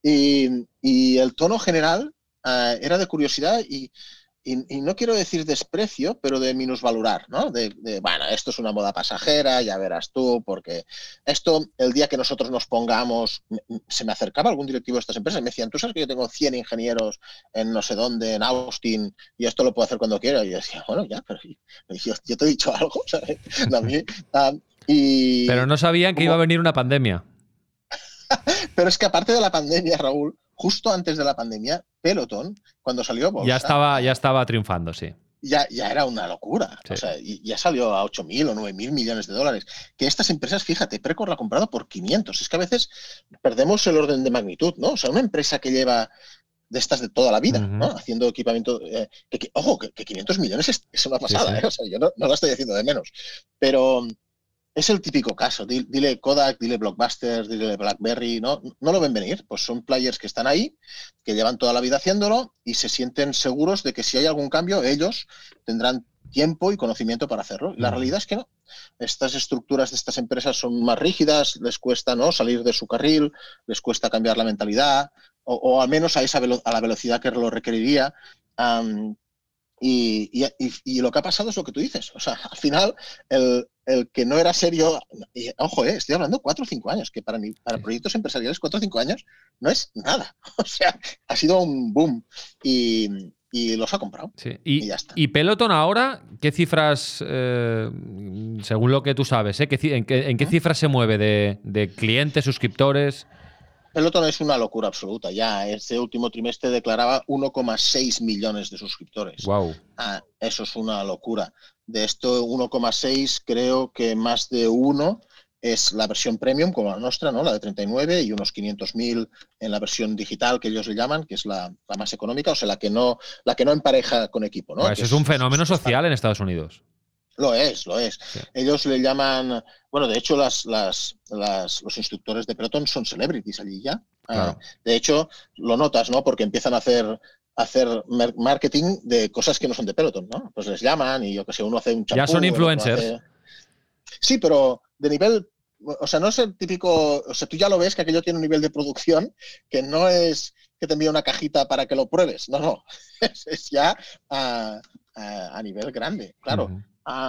Y, y el tono general uh, era de curiosidad y, y, y no quiero decir desprecio, pero de minusvalorar, ¿no? De, de, bueno, esto es una moda pasajera, ya verás tú, porque esto, el día que nosotros nos pongamos, se me acercaba algún directivo de estas empresas y me decían, tú sabes que yo tengo cien ingenieros en no sé dónde, en Austin, y esto lo puedo hacer cuando quiera. Y yo decía, bueno, ya, pero yo, yo te he dicho algo, ¿sabes? A mí, um, y, pero no sabían que como... iba a venir una pandemia. Pero es que aparte de la pandemia, Raúl, justo antes de la pandemia, Peloton, cuando salió bolsa, ya estaba, ya estaba triunfando, sí. Ya, ya era una locura. Sí. O sea, ya salió a ocho mil o nueve mil millones de dólares. Que estas empresas, fíjate, Precor la ha comprado por quinientos. Es que a veces perdemos el orden de magnitud, ¿no? O sea, una empresa que lleva de estas de toda la vida, uh-huh. ¿no? Haciendo equipamiento... Eh, que, que, ojo, que, que quinientos millones es, es una pasada, sí, sí. ¿eh? O sea, yo no, no la estoy haciendo de menos. Pero... es el típico caso. Dile Kodak, dile Blockbuster, dile BlackBerry, ¿no? No lo ven venir. Pues son players que están ahí, que llevan toda la vida haciéndolo y se sienten seguros de que si hay algún cambio, ellos tendrán tiempo y conocimiento para hacerlo. La realidad es que no. Estas estructuras de estas empresas son más rígidas, les cuesta, ¿no?, salir de su carril, les cuesta cambiar la mentalidad, o, o al menos a, esa velo- a la velocidad que lo requeriría. Um, Y, y, y lo que ha pasado es lo que tú dices. O sea, al final, el, el que no era serio... Y, ojo, eh, estoy hablando cuatro o cinco años, que para, mí, para proyectos empresariales cuatro o cinco años no es nada. O sea, ha sido un boom y, y los ha comprado. Sí. Y, y ya está. ¿Y Peloton ahora, qué cifras, eh, según lo que tú sabes, eh, ¿qué, en, qué, en qué cifras se mueve de, de clientes, suscriptores? Peloton es una locura absoluta. Ya este último trimestre declaraba uno coma seis millones de suscriptores. Wow. Ah, eso es una locura. De esto uno coma seis, creo que más de uno es la versión premium, como la nuestra, ¿no? La de treinta y nueve, y unos quinientos mil en la versión digital, que ellos le llaman, que es la, la más económica, o sea, la que no, la que no empareja con equipo, ¿no? Bueno, eso es, es un fenómeno es, social en Estados Unidos. Lo es, lo es. Sí. Ellos le llaman... Bueno, de hecho, las, las, las, los instructores de Peloton son celebrities allí ya. Claro. Uh, de hecho, lo notas, ¿no? Porque empiezan a hacer, a hacer marketing de cosas que no son de Peloton, ¿no? Pues les llaman y yo que sé, uno hace un champú... Ya son influencers. Hace... Sí, pero de nivel... O sea, no es el típico... O sea, tú ya lo ves que aquello tiene un nivel de producción que no es que te envíe una cajita para que lo pruebes. No, no. Es, es ya a, a, a nivel grande, claro. Uh-huh.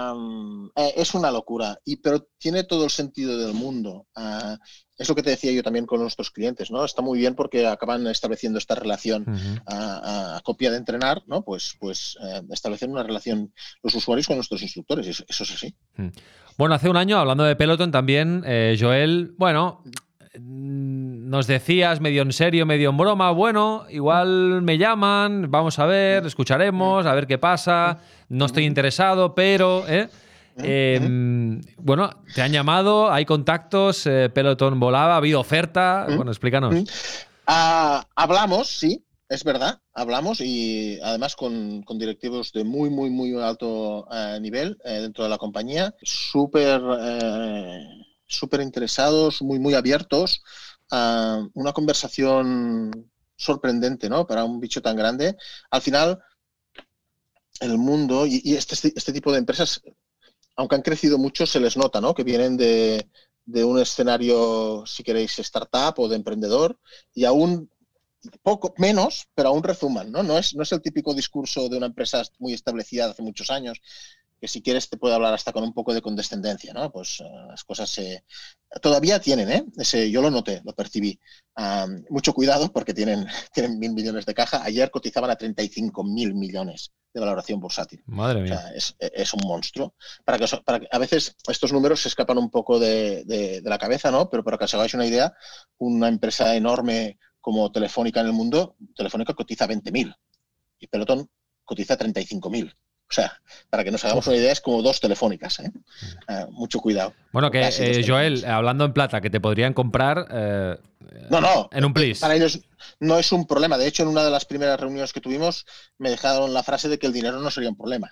Um, eh, es una locura, y, pero tiene todo el sentido del mundo. Uh, es lo que te decía yo también con nuestros clientes, ¿no? Está muy bien porque acaban estableciendo esta relación uh-huh. a, a copia de entrenar, ¿no? Pues, pues eh, establecer una relación los usuarios con nuestros instructores, eso, eso es así. Uh-huh. Bueno, hace un año, hablando de Peloton también, eh, Joel, bueno, nos decías medio en serio, medio en broma, bueno, igual me llaman, vamos a ver, escucharemos, a ver qué pasa, no estoy interesado, pero... ¿eh? Eh, bueno, te han llamado, hay contactos, eh, Peloton volaba, ha habido oferta, bueno, explícanos. Uh, hablamos, sí, es verdad, hablamos y además con, con directivos de muy, muy, muy alto uh, nivel eh, dentro de la compañía, súper eh, súper interesados, muy, muy abiertos, uh, una conversación sorprendente, ¿no? Para un bicho tan grande. Al final, el mundo y, y este, este tipo de empresas, aunque han crecido mucho, se les nota, ¿no? Que vienen de, de un escenario, si queréis, startup o de emprendedor, y aún poco menos, pero aún rezuman, ¿no? No es, no es el típico discurso de una empresa muy establecida de hace muchos años, que si quieres te puede hablar hasta con un poco de condescendencia, ¿no? Pues uh, las cosas se... Todavía tienen, ¿eh? Ese, yo lo noté, lo percibí. Um, mucho cuidado porque tienen, tienen mil millones de caja. Ayer cotizaban a treinta y cinco mil millones de valoración bursátil. Madre mía. O sea, es, es un monstruo. Para que, para que, a veces estos números se escapan un poco de, de, de la cabeza, ¿no? Pero para que os hagáis una idea, una empresa enorme como Telefónica en el mundo, Telefónica cotiza veinte mil y Peloton cotiza treinta y cinco mil. O sea, para que nos hagamos una idea, es como dos telefónicas, ¿eh? Uh, mucho cuidado. Bueno, que eh, Joel, hablando en plata, que te podrían comprar eh, no, no, en un plis. Para ellos no es un problema. De hecho, en una de las primeras reuniones que tuvimos, me dejaron la frase de que el dinero no sería un problema.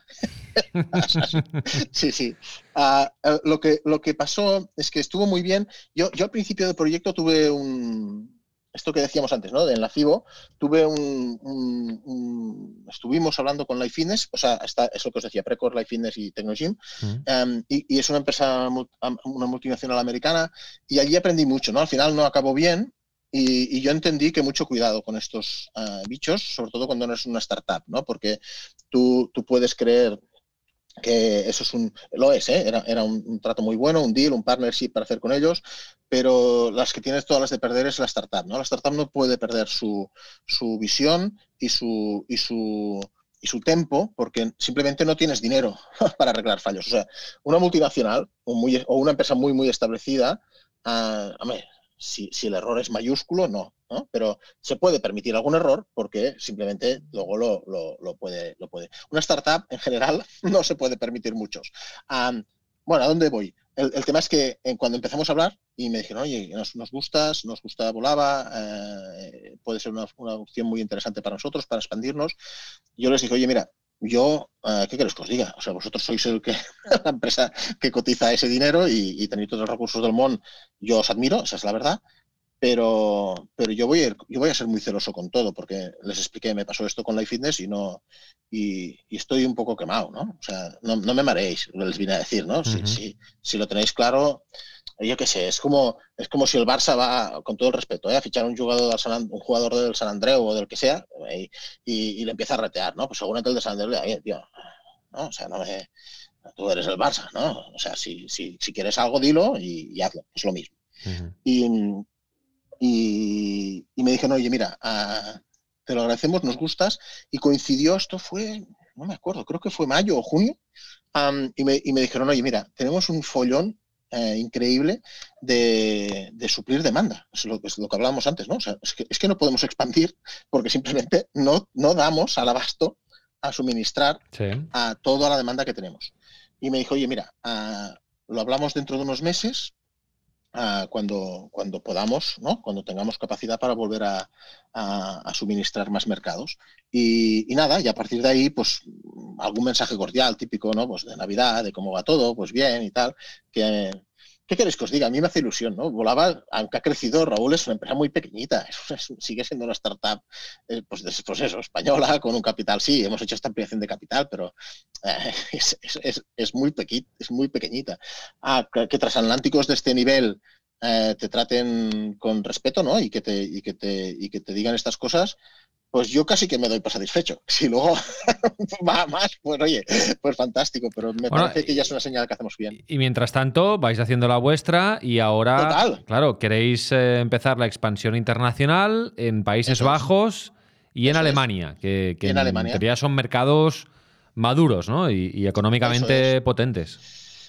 Sí, sí. Uh, uh, lo, que, lo que pasó es que estuvo muy bien. Yo, yo al principio del proyecto tuve un... Esto que decíamos antes, ¿no? De en la FIBO, tuve un, un, un... Estuvimos hablando con Life Fitness, o sea, está, es lo que os decía, Precor, Life Fitness y Technogym, mm. um, y, y es una empresa, una multinacional americana, y allí aprendí mucho, ¿no? Al final no acabó bien, y, y yo entendí que mucho cuidado con estos uh, bichos, sobre todo cuando no es una startup, ¿no? Porque tú, tú puedes creer que eso es un, lo es, ¿eh? era, era un, un trato muy bueno, un deal, un partnership para hacer con ellos, pero las que tienes todas las de perder es la startup, ¿no? La startup no puede perder su, su visión y su, y su y su tempo, porque simplemente no tienes dinero para arreglar fallos. O sea, una multinacional o, muy, o una empresa muy, muy establecida, uh, hombre, si, si el error es mayúsculo, no, ¿no? Pero se puede permitir algún error porque simplemente luego lo, lo, lo, puede, lo puede. Una startup, en general, no se puede permitir muchos. Um, bueno, ¿a dónde voy? El, el tema es que eh, cuando empezamos a hablar y me dijeron, oye, nos, nos gustas, nos gusta Volava, eh, puede ser una, una opción muy interesante para nosotros, para expandirnos. Yo les dije, oye, mira, yo, uh, ¿qué queréis que os diga? O sea, vosotros sois el que, la empresa que cotiza ese dinero y, y tenéis todos los recursos del mundo. Yo os admiro, esa es la verdad, pero, pero yo, voy a ir, yo voy a ser muy celoso con todo, porque les expliqué, me pasó esto con Life Fitness y no y, y estoy un poco quemado, ¿no? O sea, no, no me mareéis, les vine a decir, ¿no? Uh-huh. Si, si, si lo tenéis claro, yo qué sé, es como, es como si el Barça va, con todo el respeto, ¿eh? a fichar un jugador, del San, un jugador del San Andreu o del que sea y, y, y le empieza a retear, ¿no? Pues seguramente el del San Andreu le da bien, tío, ¿no? O sea, no me, tú eres el Barça, ¿no? O sea, si, si, si quieres algo, dilo y, y hazlo, es lo mismo. Uh-huh. Y, y, y me dijeron, oye, mira, uh, te lo agradecemos, nos gustas, y coincidió, esto fue, no me acuerdo, creo que fue mayo o junio, um, y, me, y me dijeron, oye, mira, tenemos un follón Eh, increíble de, de suplir demanda. Es lo, es lo que hablábamos antes, ¿no? O sea, es que, es que no podemos expandir porque simplemente no, no damos al abasto a suministrar sí. a toda la demanda que tenemos. Y me dijo, oye, mira, uh, lo hablamos dentro de unos meses, uh, cuando, cuando podamos, ¿no? Cuando tengamos capacidad para volver a, a, a suministrar más mercados. Y, y nada, y a partir de ahí, pues algún mensaje cordial, típico, ¿no? Pues de Navidad, de cómo va todo, pues bien y tal. Que, ¿Qué queréis que os diga? A mí me hace ilusión, ¿no? Volava, aunque ha crecido, Raúl, es una empresa muy pequeñita, es, es, sigue siendo una startup, eh, pues, pues eso, española, con un capital, sí, hemos hecho esta ampliación de capital, pero eh, es, es, es, es, muy pequi, es muy pequeñita. Ah, que, que transatlánticos de este nivel eh, te traten con respeto, ¿no? Y que te, y que te, y que te digan estas cosas, pues yo casi que me doy por satisfecho. Si luego va más, pues oye, pues fantástico, pero me bueno, parece que ya es una señal que hacemos bien. Y mientras tanto, vais haciendo la vuestra y ahora, Total. claro, queréis eh, empezar la expansión internacional en Países Eso Bajos es. y en Eso Alemania, es. que, que en, en Alemania. teoría son mercados maduros, ¿no? Y, y económicamente potentes.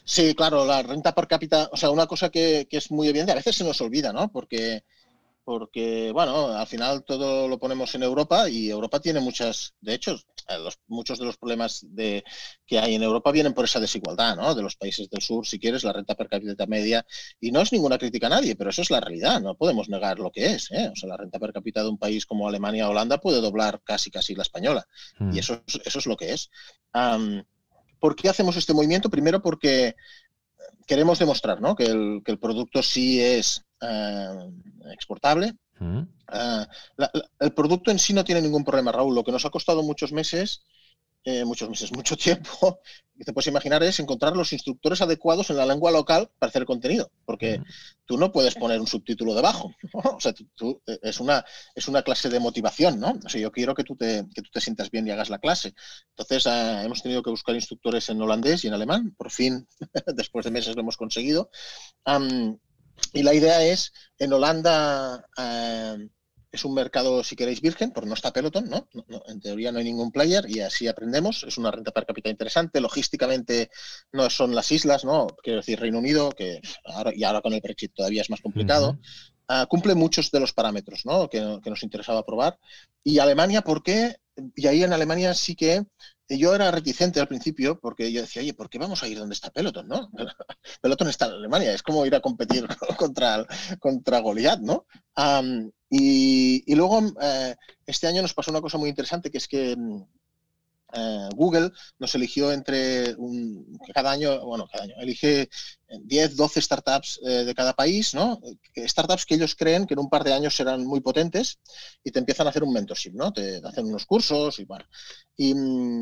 Sí, claro, la renta per cápita, o sea, una cosa que, que es muy evidente, a veces se nos olvida, ¿no? Porque, porque, bueno, al final todo lo ponemos en Europa y Europa tiene muchas, de hecho, los, muchos de los problemas de, que hay en Europa vienen por esa desigualdad, ¿no? De los países del sur, si quieres, la renta per cápita media, y no es ninguna crítica a nadie, pero eso es la realidad, no podemos negar lo que es, ¿eh? O sea, la renta per cápita de un país como Alemania o Holanda puede doblar casi, casi la española, mm. y eso, eso es lo que es. Um, ¿Por qué hacemos este movimiento? Primero porque queremos demostrar, ¿no? que, el, que el producto sí es uh, exportable. Uh, la, la, el producto en sí no tiene ningún problema, Raúl. Lo que nos ha costado muchos meses, eh, muchos meses, mucho tiempo, que te puedes imaginar, es encontrar los instructores adecuados en la lengua local para hacer el contenido, porque uh. tú no puedes poner un subtítulo debajo, ¿no? O sea, tú, tú, es, una, es una clase de motivación, ¿no? O sea, yo quiero que tú te, que tú te sientas bien y hagas la clase. Entonces, uh, hemos tenido que buscar instructores en holandés y en alemán. Por fin, después de meses, lo hemos conseguido. Um, y la idea es, en Holanda... Uh, es un mercado, si queréis, virgen, porque no está Peloton, ¿no? No, no, en teoría no hay ningún player y así aprendemos. Es una renta per cápita interesante. Logísticamente no son las islas, ¿no? Quiero decir, Reino Unido, que ahora, y ahora con el Brexit todavía es más complicado. Uh-huh. Uh, cumple muchos de los parámetros, ¿no? que, que nos interesaba probar. Y Alemania, ¿por qué? Y ahí en Alemania sí que yo era reticente al principio porque yo decía, oye, ¿por qué vamos a ir donde está Peloton, no? Peloton está en Alemania, es como ir a competir contra, contra Goliat, ¿no? Um, y, y luego eh, este año nos pasó una cosa muy interesante, que es que eh, Google nos eligió entre un, cada año, bueno, cada año, elige diez, doce startups eh, de cada país, ¿no? Startups que ellos creen que en un par de años serán muy potentes y te empiezan a hacer un mentorship, ¿no? Te hacen unos cursos y bueno. Y,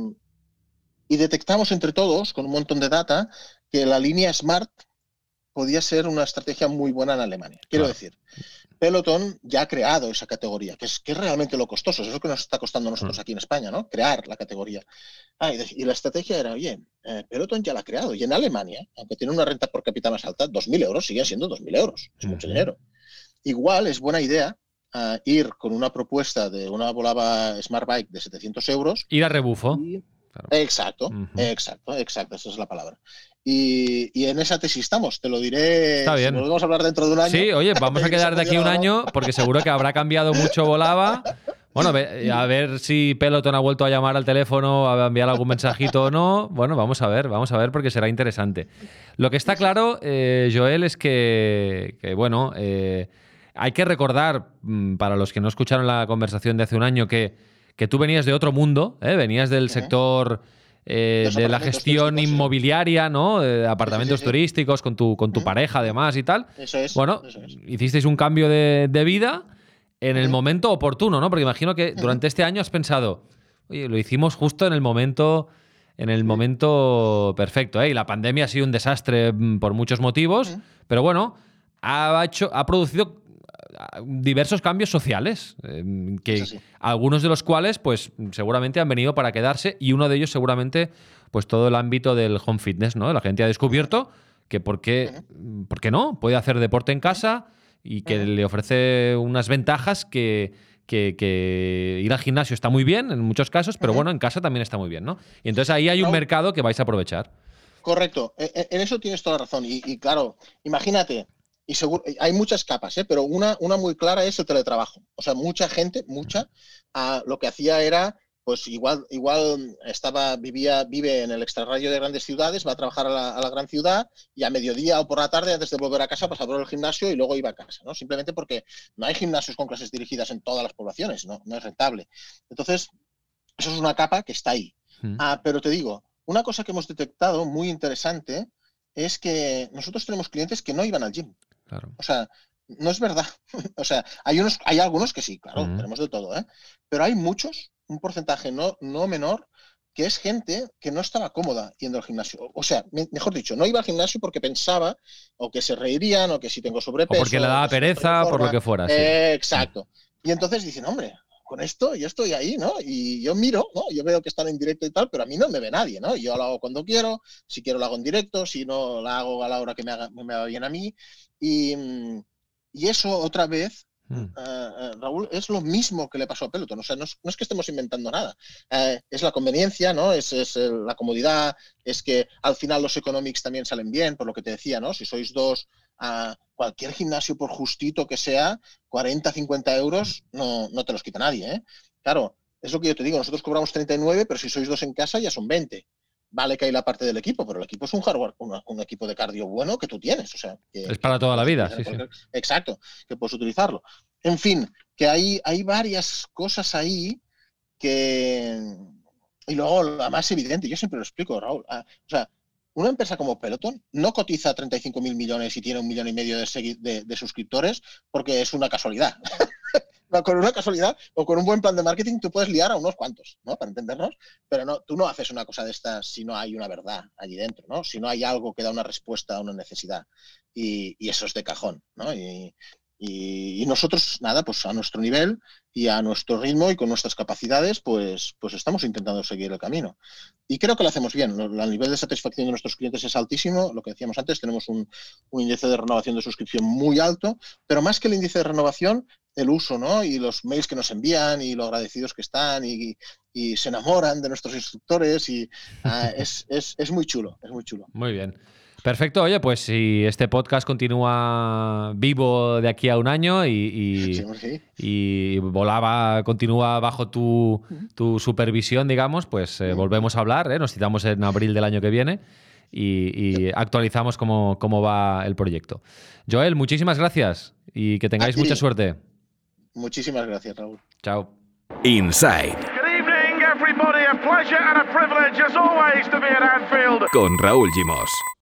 y detectamos entre todos, con un montón de data, que la línea Smart podía ser una estrategia muy buena en Alemania. Quiero claro. decir, Peloton ya ha creado esa categoría, que es, que es realmente lo costoso, eso es lo que nos está costando a nosotros aquí en España, ¿no? Crear la categoría. Ah, y, de, y la estrategia era, oye, eh, Peloton ya la ha creado, y en Alemania, aunque tiene una renta por cápita más alta, dos mil euros siguen siendo dos mil euros, es uh-huh. mucho dinero. Igual es buena idea uh, ir con una propuesta de una volaba Smart Bike de setecientos euros. Ir a rebufo. Y... Claro. Exacto, uh-huh. exacto, exacto, esa es la palabra. Y, y en esa tesis estamos, te lo diré. Está bien. Si volvemos a hablar dentro de un año. Sí, oye, vamos a quedar de aquí un año porque seguro que habrá cambiado mucho Volava. Bueno, a ver si Peloton ha vuelto a llamar al teléfono, a enviar algún mensajito o no. Bueno, vamos a ver, vamos a ver porque será interesante. Lo que está claro, eh, Joel, es que, que bueno, eh, hay que recordar, para los que no escucharon la conversación de hace un año, que, que tú venías de otro mundo, ¿eh? Venías del uh-huh. sector... Eh, de la gestión inmobiliaria, ¿no? De apartamentos sí, sí, sí. turísticos con tu, con tu uh-huh. pareja además y tal. Eso es. Bueno, eso es. hicisteis un cambio de, de vida en uh-huh. el momento oportuno, ¿no? Porque imagino que uh-huh. durante este año has pensado, oye, lo hicimos justo en el momento, en el uh-huh. momento perfecto, ¿eh? Y la pandemia ha sido un desastre por muchos motivos, uh-huh. pero bueno, ha hecho, ha producido diversos cambios sociales, eh, que sí. algunos de los cuales pues seguramente han venido para quedarse, y uno de ellos seguramente pues todo el ámbito del home fitness, ¿no? La gente ha descubierto que por qué, uh-huh. ¿por qué no? Puede hacer deporte en casa y que uh-huh. le ofrece unas ventajas que, que, que ir al gimnasio está muy bien en muchos casos, pero uh-huh. bueno, en casa también está muy bien, ¿no? Y entonces ahí hay un no. mercado que vais a aprovechar. Correcto, en eso tienes toda la razón. Y, y claro, imagínate, y seguro, hay muchas capas, ¿eh? Pero una, una muy clara es el teletrabajo. O sea, mucha gente, mucha, uh, lo que hacía era, pues igual, igual estaba, vivía, vive en el extrarradio de grandes ciudades, va a trabajar a la, a la gran ciudad y a mediodía o por la tarde, antes de volver a casa, pasaba por el gimnasio y luego iba a casa, ¿no? Simplemente porque no hay gimnasios con clases dirigidas en todas las poblaciones, ¿no? No es rentable. Entonces, eso es una capa que está ahí. Mm. Ah, pero te digo, una cosa que hemos detectado muy interesante es que nosotros tenemos clientes que no iban al gym. Claro. O sea, no es verdad. O sea, hay unos, hay algunos que sí, claro, uh-huh. tenemos de todo, ¿eh? Pero hay muchos, un porcentaje no, no menor, que es gente que no estaba cómoda yendo al gimnasio. O sea, me, mejor dicho, no iba al gimnasio porque pensaba o que se reirían o que si tengo sobrepeso. O porque le daba pereza, por lo que fuera. Sí. Eh, exacto. Y entonces dicen, hombre, con esto yo estoy ahí, ¿no? Y yo miro, ¿no? Yo veo que están en directo y tal, pero a mí no me ve nadie, ¿no? Yo lo hago cuando quiero, si quiero lo hago en directo, si no lo hago a la hora que me haga, me va bien a mí. Y, y eso otra vez mm. uh, uh, Raúl, es lo mismo que le pasó a Peloton. O sea, no es, no es que estemos inventando nada. Uh, es la conveniencia, ¿no? Es, es la comodidad, es que al final los economics también salen bien, por lo que te decía, ¿no? Si sois dos, a uh, cualquier gimnasio, por justito que sea, cuarenta, cincuenta euros, no, no te los quita nadie, ¿eh? Claro, es lo que yo te digo, nosotros cobramos treinta y nueve, pero si sois dos en casa ya son veinte. Vale que hay la parte del equipo, pero el equipo es un hardware, un, un equipo de cardio bueno que tú tienes. O sea, que, es para toda la vida. Sí, cualquier... sí. Exacto, que puedes utilizarlo. En fin, que hay, hay varias cosas ahí que... Y luego, la más evidente, yo siempre lo explico, Raúl. O sea, una empresa como Peloton no cotiza treinta y cinco mil millones y tiene un millón y medio de, segui... de, de suscriptores porque es una casualidad. No, con una casualidad o con un buen plan de marketing tú puedes liar a unos cuantos, ¿no? Para entendernos, pero no, tú no haces una cosa de estas si no hay una verdad allí dentro, ¿no? Si no hay algo que da una respuesta a una necesidad y, y eso es de cajón, ¿no? Y, y, y nosotros, nada, pues a nuestro nivel y a nuestro ritmo y con nuestras capacidades, pues, pues estamos intentando seguir el camino. Y creo que lo hacemos bien. El nivel de satisfacción de nuestros clientes es altísimo. Lo que decíamos antes, tenemos un, un índice de renovación de suscripción muy alto, pero más que el índice de renovación, el uso, ¿no? Y los mails que nos envían y lo agradecidos que están y, y se enamoran de nuestros instructores y uh, es, es, es muy chulo, es muy chulo. Muy bien. Perfecto, oye, pues si este podcast continúa vivo de aquí a un año y, y, sí, sí. y volaba, continúa bajo tu, tu supervisión, digamos, pues eh, volvemos a hablar, ¿eh? Nos citamos en abril del año que viene y, y actualizamos cómo, cómo va el proyecto. Joel, muchísimas gracias y que tengáis mucha suerte. Muchísimas gracias, Raúl. Chao. Inside. Good evening, everybody. A pleasure and a privilege, as always, to be at Anfield. Con Raúl Gimos.